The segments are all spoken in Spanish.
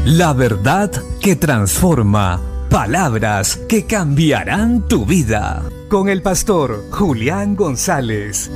La verdad que transforma. Palabras que cambiarán tu vida. Con el pastor Julián González.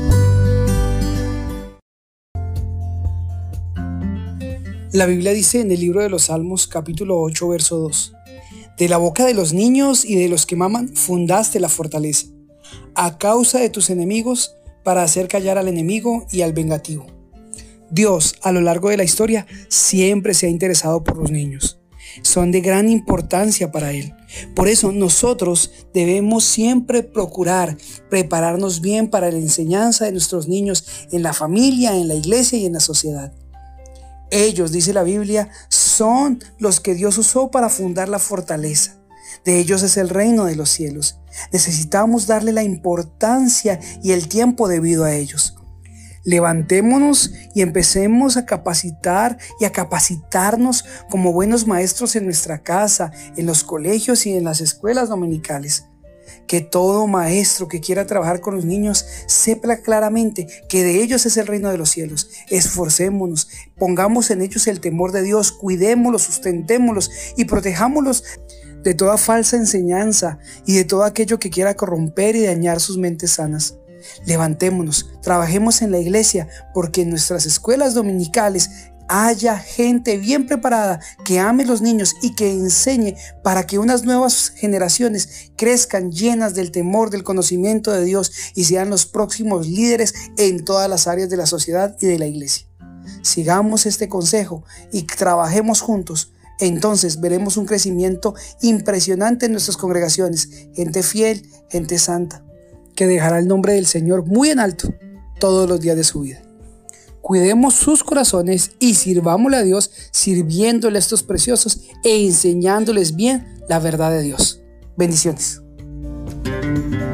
La Biblia dice en el libro de los Salmos, capítulo 8, verso 2: De la boca de los niños y de los que maman fundaste la fortaleza, a causa de tus enemigos, para hacer callar al enemigo y al vengativo. Dios, a lo largo de la historia, siempre se ha interesado por los niños. Son de gran importancia para Él. Por eso nosotros debemos siempre procurar prepararnos bien para la enseñanza de nuestros niños en la familia, en la iglesia y en la sociedad. Ellos, dice la Biblia, son los que Dios usó para fundar la fortaleza. De ellos es el reino de los cielos. Necesitamos darle la importancia y el tiempo debido a ellos. Levantémonos y empecemos a capacitar y a capacitarnos como buenos maestros en nuestra casa, en los colegios y en las escuelas dominicales. Que todo maestro que quiera trabajar con los niños sepa claramente que de ellos es el reino de los cielos. Esforcémonos, pongamos en ellos el temor de Dios, cuidémoslos, sustentémoslos y protejámoslos de toda falsa enseñanza y de todo aquello que quiera corromper y dañar sus mentes sanas. Levantémonos, trabajemos en la iglesia, porque en nuestras escuelas dominicales haya gente bien preparada que ame a los niños y que enseñe para que unas nuevas generaciones crezcan llenas del temor, del conocimiento de Dios y sean los próximos líderes en todas las áreas de la sociedad y de la iglesia. Sigamos este consejo y trabajemos juntos. Entonces veremos un crecimiento impresionante en nuestras congregaciones, gente fiel, gente santa, que dejará el nombre del Señor muy en alto todos los días de su vida. Cuidemos sus corazones y sirvámosle a Dios sirviéndole a estos preciosos e enseñándoles bien la verdad de Dios. Bendiciones.